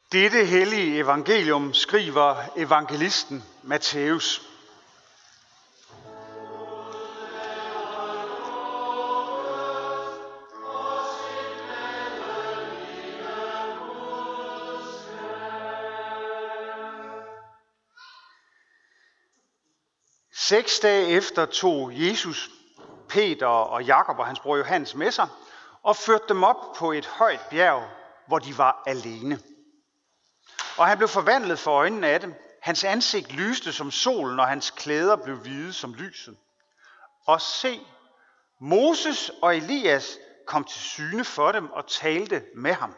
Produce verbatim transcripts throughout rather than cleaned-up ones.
Dette hellige evangelium skriver evangelisten Matthæus. Seks dage efter tog Jesus, Peter og Jakob og hans bror Johannes med sig og førte dem op på et højt bjerg, hvor de var alene. Og han blev forvandlet for øjnene af dem. Hans ansigt lyste som solen, og hans klæder blev hvide som lyset. Og se, Moses og Elias kom til syne for dem og talte med ham.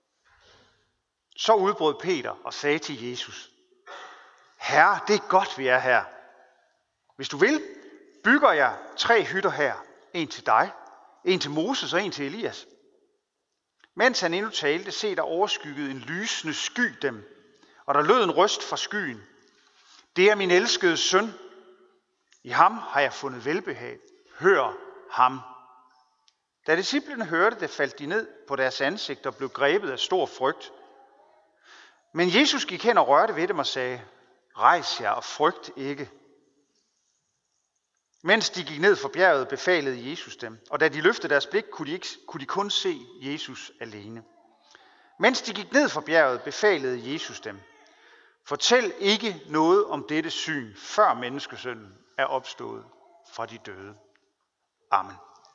Så udbrød Peter og sagde til Jesus: Herre, det er godt, vi er her. Hvis du vil, bygger jeg tre hytter her. En til dig, en til Moses og en til Elias. Mens han endnu talte, se, der overskyggede en lysende sky dem, og der lød en røst fra skyen. Det er min elskede søn. I ham har jeg fundet velbehag. Hør ham. Da disciplene hørte det, faldt de ned på deres ansigt og blev grebet af stor frygt. Men Jesus gik hen og rørte ved dem og sagde: Rejs jer og frygt ikke. Mens de gik ned fra bjerget, befalede Jesus dem, og da de løftede deres blik, kunne de, ikke, kunne de kun se Jesus alene. Mens de gik ned fra bjerget, befalede Jesus dem: Fortæl ikke noget om dette syn, før menneskesønnen er opstået fra de døde. Amen.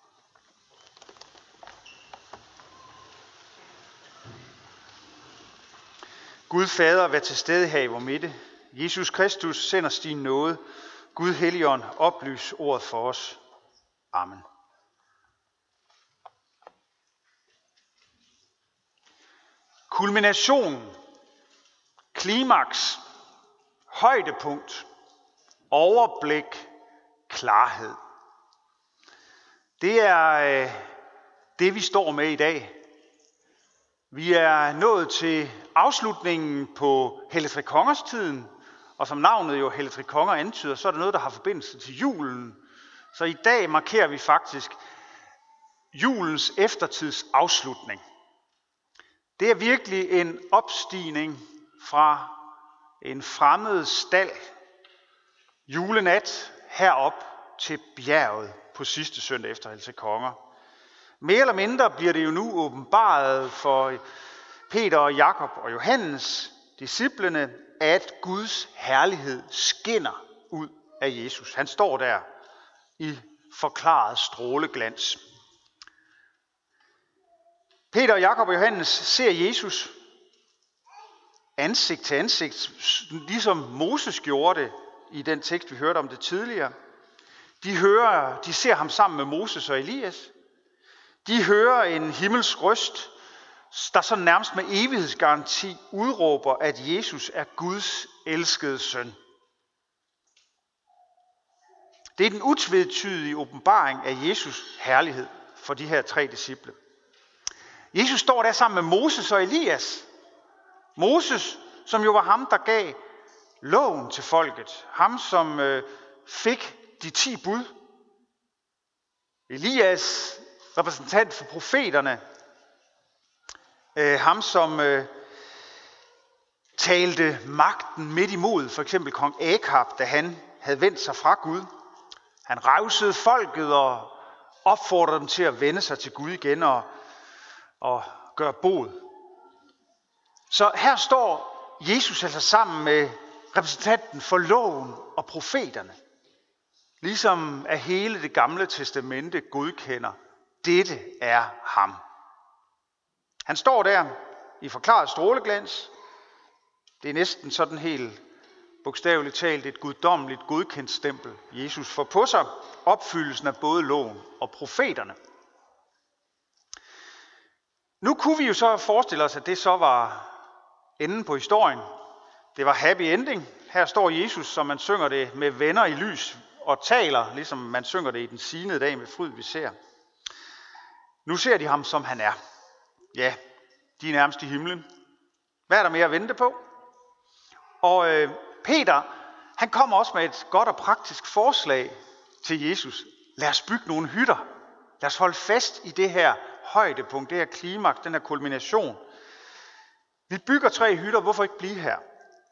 Gud Fader, vær til stede her i vor midte. Jesus Kristus, sender os din nåde. Gud Helligånd, oplys ordet for os. Amen. Kulmination, klimaks, højdepunkt, overblik, klarhed. Det er øh, det, vi står med i dag. Vi er nået til afslutningen på Helligtrekongers-tiden, og som navnet jo Helligtrekonger antyder, så er det noget, der har forbindelse til julen. Så i dag markerer vi faktisk julens eftertids afslutning. Det er virkelig en opstigning fra en fremmed stald julenat herop til bjerget på sidste søndag efter Helligtrekonger. Mere eller mindre bliver det jo nu åbenbaret for Peter og Jakob og Johannes, disciplene, at Guds herlighed skinner ud af Jesus. Han står der i forklaret stråleglans. Peter og Jakob og Johannes ser Jesus ansigt til ansigt, ligesom Moses gjorde det i den tekst, vi hørte om det tidligere. De, hører, de ser ham sammen med Moses og Elias. De hører en himmelsk røst, der så nærmest med evighedsgaranti udråber, at Jesus er Guds elskede søn. Det er den utvetydige åbenbaring af Jesus herlighed for de her tre disciple. Jesus står der sammen med Moses og Elias. Moses, som jo var ham, der gav loven til folket. Ham, som øh, fik de ti bud. Elias, repræsentant for profeterne. Øh, ham, som øh, talte magten midt imod, for eksempel kong Akab, da han havde vendt sig fra Gud. Han revsede folket og opfordrede dem til at vende sig til Gud igen og, og gøre bod. Så her står Jesus altså sammen med repræsentanten for loven og profeterne. Ligesom at hele det gamle testamente godkender, dette er ham. Han står der i forklaret stråleglans. Det er næsten sådan helt bogstaveligt talt et guddommeligt godkendt stempel. Jesus får på sig opfyldelsen af både loven og profeterne. Nu kunne vi jo så forestille os, at det så var enden på historien. Det var happy ending. Her står Jesus, som man synger det, med venner i lys og taler, ligesom man synger det i den signede dag med fryd, vi ser. Nu ser de ham, som han er. Ja, de er nærmest i himlen. Hvad er der mere at vente på? Og øh, Peter, han kommer også med et godt og praktisk forslag til Jesus. Lad os bygge nogle hytter. Lad os holde fast i det her højdepunkt, det her klimaks, den her kulmination. Vi bygger tre hytter, hvorfor ikke blive her?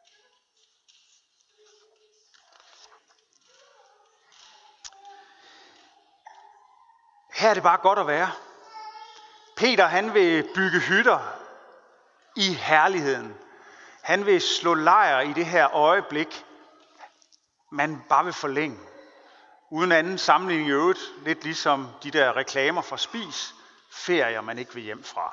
Her er det bare godt at være. Peter, han vil bygge hytter i herligheden. Han vil slå lejr i det her øjeblik, man bare vil forlænge. Uden anden sammenligning i øvrigt, lidt ligesom de der reklamer for spis, ferier man ikke vil hjem fra.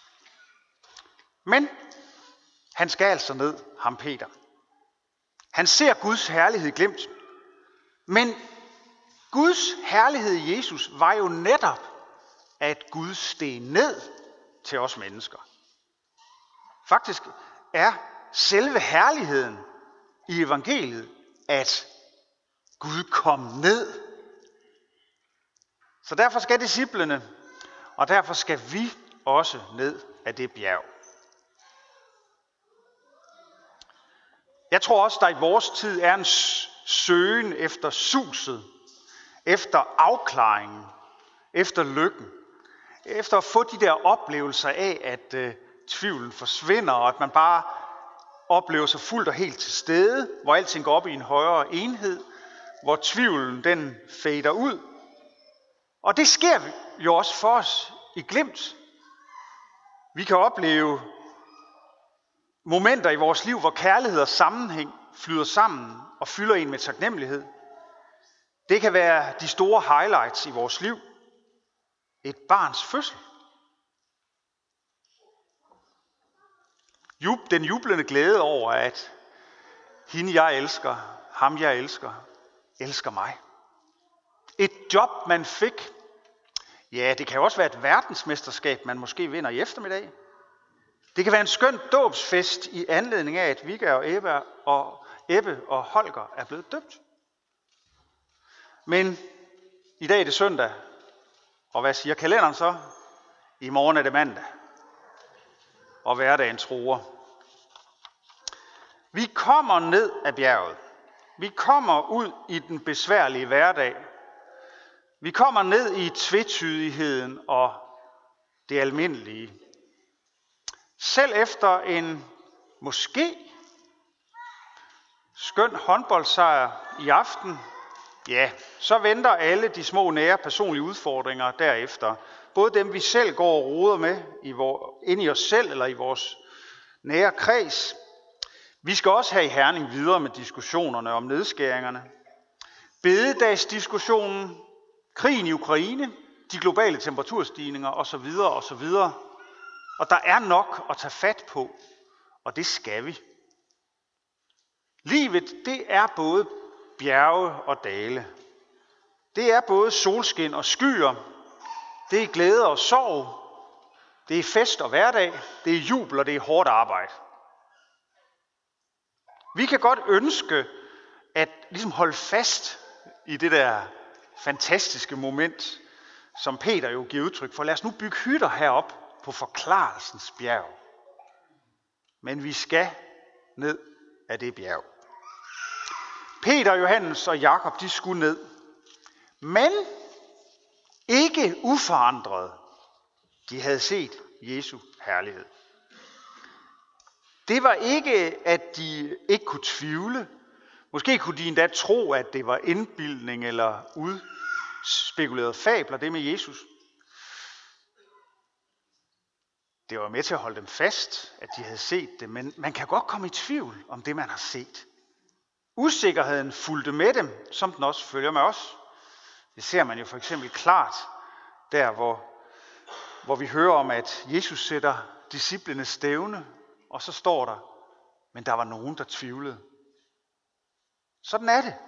Men han skal altså ned, ham Peter. Han ser Guds herlighed glemt. Men Guds herlighed i Jesus var jo netop, at Gud steg ned til os mennesker. Faktisk er selve herligheden i evangeliet, at Gud kom ned. Så derfor skal disciplene, og derfor skal vi også ned af det bjerg. Jeg tror også, der i vores tid er en søgen efter suset, efter afklaringen, efter lykken, efter at få de der oplevelser af, at øh, tvivlen forsvinder, og at man bare oplever sig fuldt og helt til stede, hvor alting går op i en højere enhed, hvor tvivlen den fader ud. Og det sker jo også for os i glimt. Vi kan opleve momenter i vores liv, hvor kærlighed og sammenhæng flyder sammen og fylder en med taknemmelighed. Det kan være de store highlights i vores liv. Et barns fødsel. Den jublende glæde over, at hende jeg elsker, ham jeg elsker, elsker mig. Et job man fik. Ja, det kan jo også være et verdensmesterskab, man måske vinder i eftermiddag. Det kan være en skøn dåbsfest i anledning af, at Vigga og Ebbe og, Ebbe og Holger er blevet døbt. Men i dag er det søndag, og hvad siger kalenderen så? I morgen er det mandag, og hverdagen truer. Vi kommer ned af bjerget. Vi kommer ud i den besværlige hverdag. Vi kommer ned i tvetydigheden og det almindelige. Selv efter en måske skøn håndboldsejr i aften, ja, så venter alle de små nære personlige udfordringer derefter. Både dem vi selv går og roder med i vor, inde i os selv eller i vores nære kreds. Vi skal også have i Herning videre med diskussionerne om nedskæringerne. Bededagsdiskussionen, krigen i Ukraine, de globale temperaturstigninger osv. osv. Og der er nok at tage fat på, og det skal vi. Livet, det er både bjerge og dale. Det er både solskin og skyer. Det er glæde og sorg. Det er fest og hverdag. Det er jubel og det er hårdt arbejde. Vi kan godt ønske at ligesom holde fast i det der fantastiske moment, som Peter jo giver udtryk for. Lad os nu bygge hytter herop på forklarelsens bjerg. Men vi skal ned af det bjerg. Peter, Johannes og Jakob, de skulle ned. Men ikke uforandret. De havde set Jesu herlighed. Det var ikke, at de ikke kunne tvivle. Måske kunne de endda tro, at det var indbildning eller udspekulerede fabler, det med Jesus. Det var med til at holde dem fast, at de havde set det, men man kan godt komme i tvivl om det, man har set. Usikkerheden fulgte med dem, som den også følger med os. Det ser man jo for eksempel klart, der hvor, hvor vi hører om, at Jesus sætter disciplene stævne, og så står der, men der var nogen, der tvivlede. Sådan er det.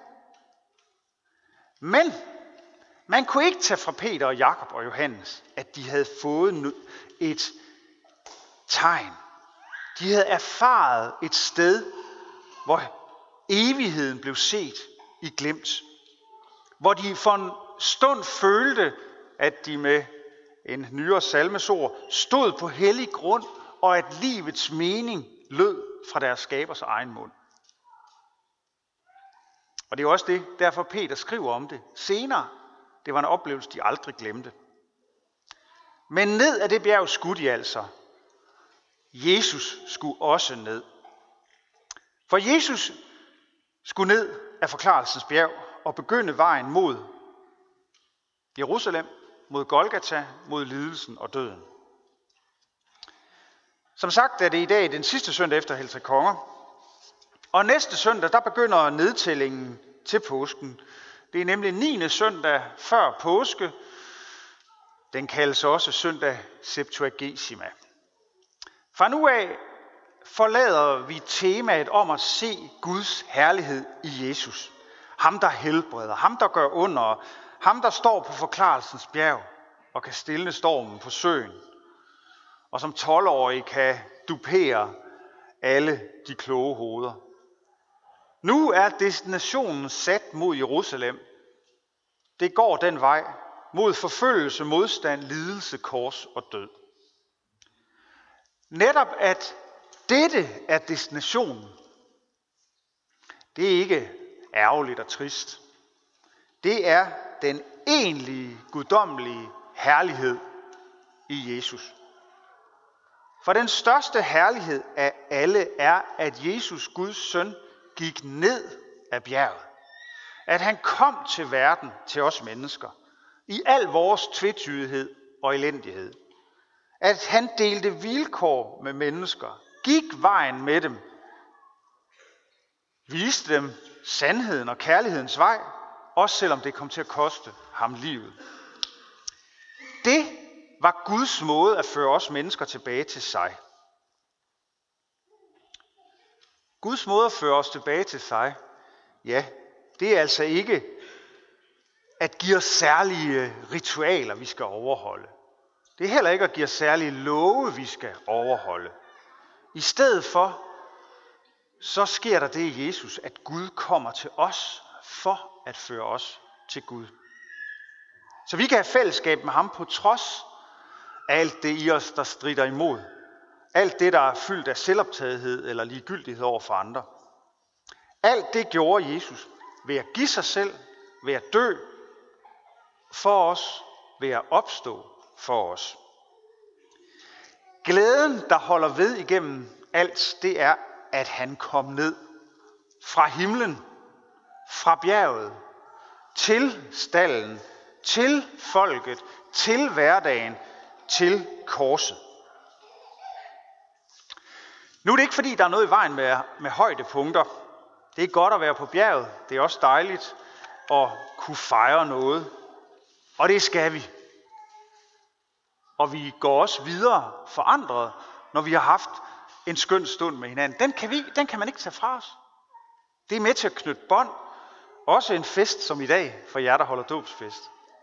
Men man kunne ikke tage fra Peter og Jakob og Johannes, at de havde fået et tegn. De havde erfaret et sted, hvor evigheden blev set i glimt. Hvor de for en stund følte, at de med en nyere salmesord stod på hellig grund, og at livets mening lød fra deres skabers egen mund. Og det er også det, derfor Peter skriver om det senere. Det var en oplevelse, de aldrig glemte. Men ned ad det bjerg skulle de altså. Jesus skulle også ned. For Jesus skulle ned af forklarelsens bjerg og begynde vejen mod Jerusalem, mod Golgata, mod lidelsen og døden. Som sagt er det i dag den sidste søndag efter Helligtrekonger Konger. Og næste søndag, der begynder nedtællingen til påsken. Det er nemlig niende søndag før påske. Den kaldes også søndag Septuagesima. Fra nu af forlader vi temaet om at se Guds herlighed i Jesus. Ham, der helbreder, ham, der gør under, ham, der står på forklarelsens bjerg og kan stille stormen på søen. Og som tolv-årig kan dupere alle de kloge hoveder. Nu er destinationen sat mod Jerusalem. Det går den vej mod forfølgelse, modstand, lidelse, kors og død. Netop at dette er destinationen, det er ikke ærgerligt og trist. Det er den egentlige, guddommelige herlighed i Jesus. For den største herlighed af alle er, at Jesus, Guds søn, gik ned af bjerget. At han kom til verden, til os mennesker, i al vores tvetydighed og elendighed. At han delte vilkår med mennesker, gik vejen med dem, viste dem sandheden og kærlighedens vej, også selvom det kom til at koste ham livet. Det var Guds måde at føre os mennesker tilbage til sig. Guds måde at føre os tilbage til sig, ja, det er altså ikke at give os særlige ritualer, vi skal overholde. Det er heller ikke at give os særlige love, vi skal overholde. I stedet for, så sker der det i Jesus, at Gud kommer til os for at føre os til Gud. Så vi kan have fællesskab med ham på trods af alt det i os, der strider imod. Alt det, der er fyldt af selvoptagethed eller ligegyldighed over for andre. Alt det gjorde Jesus ved at give sig selv, ved at dø for os, ved at opstå for os. Glæden, der holder ved igennem alt, det er, at han kom ned fra himlen, fra bjerget, til stallen, til folket, til hverdagen, til korset. Nu er det ikke fordi, der er noget i vejen med, med højdepunkter. Det er godt at være på bjerget. Det er også dejligt at kunne fejre noget. Og det skal vi. Og vi går også videre forandret, når vi har haft en skøn stund med hinanden. Den kan, vi, den kan man ikke tage fra os. Det er med til at knytte bånd. Også en fest som i dag, for jer, der holder dåbsfest.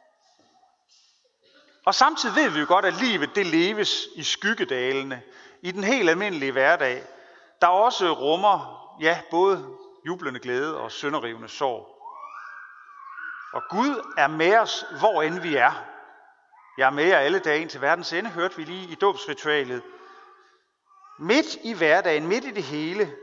Og samtidig ved vi jo godt, at livet det leves i skyggedalene, i den helt almindelige hverdag, der også rummer, ja, både jublende glæde og sønderrivende sorg. Og Gud er med os, hvor end vi er. Jeg er med jer alle dage ind til verdens ende, hørte vi lige i dåbsritualet. Midt i hverdagen, midt i det hele,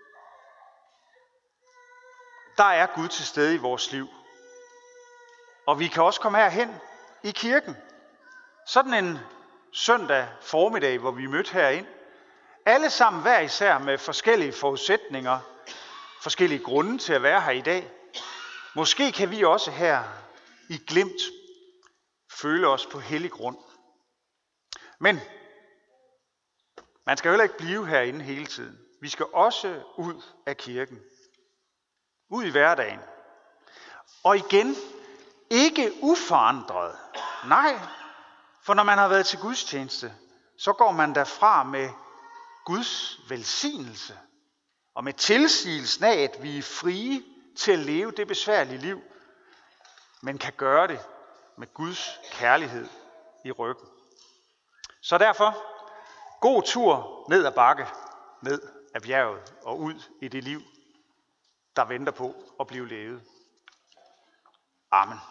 der er Gud til stede i vores liv. Og vi kan også komme herhen i kirken. Sådan en søndag formiddag, hvor vi er mødt herind. Alle sammen hver især med forskellige forudsætninger, forskellige grunde til at være her i dag. Måske kan vi også her i glimt føle os på hellig grund. Men man skal heller ikke blive herinde hele tiden. Vi skal også ud af kirken. Ud i hverdagen. Og igen, ikke uforandret. Nej, for når man har været til gudstjeneste, så går man derfra med Guds velsignelse. Og med tilsigelsen af, at vi er frie til at leve det besværlige liv, men kan gøre det med Guds kærlighed i ryggen. Så derfor, god tur ned ad bakke, ned ad bjerget og ud i det liv, der venter på at blive levet. Amen.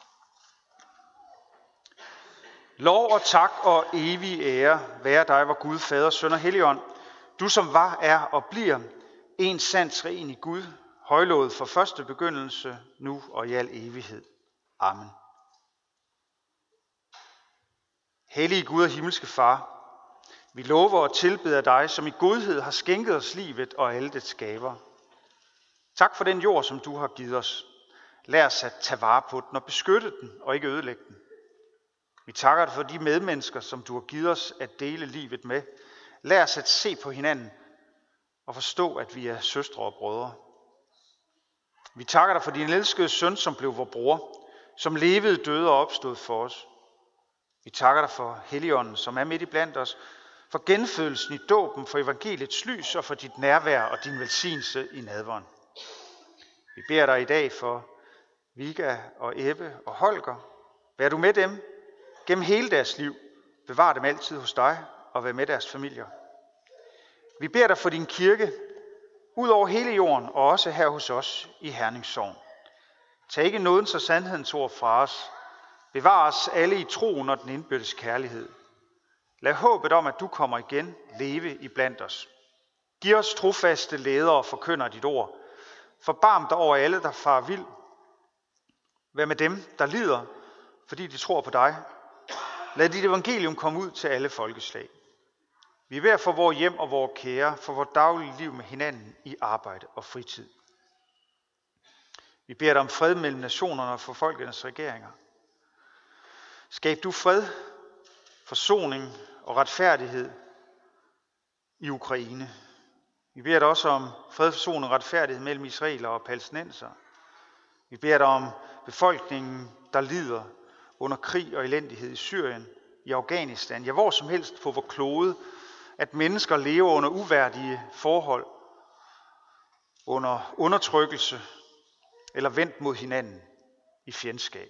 Lov og tak og evig ære være dig, vor Gud, Fader, Søn og Helligånd, du som var, er og bliver en sand treenig Gud, højlovet fra første begyndelse, nu og i al evighed. Amen. Hellige Gud og himmelske Far, Vi lover og tilbeder dig, som i godhed har skænket os livet og alle dets gaver. Tak for den jord, som du har givet os. Lær os at tage vare på den og beskytte den og ikke ødelægge den. Vi takker dig for de medmennesker, som du har givet os at dele livet med. Lær os at se på hinanden og forstå, at vi er søstre og brødre. Vi takker dig for din elskede søn, som blev vor bror, som levede, døde og opstod for os. Vi takker dig for Helligånden, som er midt i blandt os, for genfødelsen i dåben, for evangeliets lys og for dit nærvær og din velsignelse i nadveren. Vi beder dig i dag for Vigga og Ebbe og Holger. Vær du med dem gennem hele deres liv. Bevar dem altid hos dig og vær med deres familier. Vi beder dig for din kirke, ud over hele jorden og også her hos os i Herning Sogn. Tag ikke nådens og sandhedens ord fra os. Bevar os alle i troen og den indbyrdes kærlighed. Lad håbet om, at du kommer igen, leve i blandt os. Giv os trofaste ledere og forkynder dit ord. Forbarm dig over alle, der farer vild. Vær med dem, der lider, fordi de tror på dig. Lad dit evangelium komme ud til alle folkeslag. Vi beder for vores hjem og vores kære, for vores daglige liv med hinanden i arbejde og fritid. Vi beder dig om fred mellem nationerne og for folkenes regeringer. Skab du fred, forsoning og retfærdighed i Ukraine. Vi beder dig også om fred, forsoning og retfærdighed mellem israelere og palæstinenser. Vi beder dig om befolkningen, der lider under krig og elendighed i Syrien, i Afghanistan, ja hvor som helst på vor klode, at mennesker lever under uværdige forhold, under undertrykkelse eller vendt mod hinanden i fjendskab.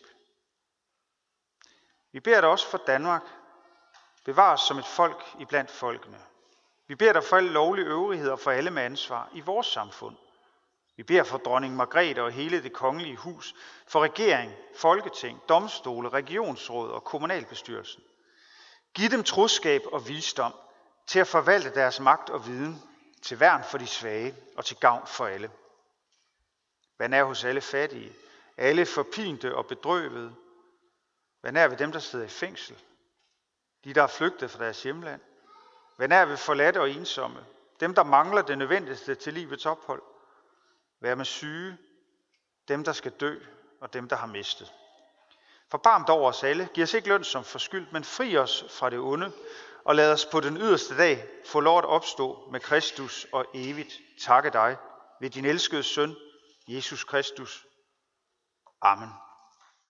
Vi beder dig også for Danmark. Bevar os som et folk iblandt folkene. Vi beder dig for alle lovlige øvrigheder for alle med ansvar i vores samfund. Vi beder for dronning Margrethe og hele det kongelige hus, for regering, folketing, domstole, regionsråd og kommunalbestyrelsen. Giv dem troskab og visdom til at forvalte deres magt og viden til værn for de svage og til gavn for alle. Vær nær hos alle fattige, alle forpinte og bedrøvede. Vær nær ved dem, der sidder i fængsel, de, der er flygtet fra deres hjemland. Vær nær ved forladte og ensomme, dem, der mangler det nødvendigste til livets ophold. Vær med syge, dem, der skal dø, og dem, der har mistet. Forbarm dig over os alle, giv os ikke løn som forskyldt, men fri os fra det onde, og lad os på den yderste dag få lov at opstå med Kristus og evigt takke dig ved din elskede søn, Jesus Kristus. Amen.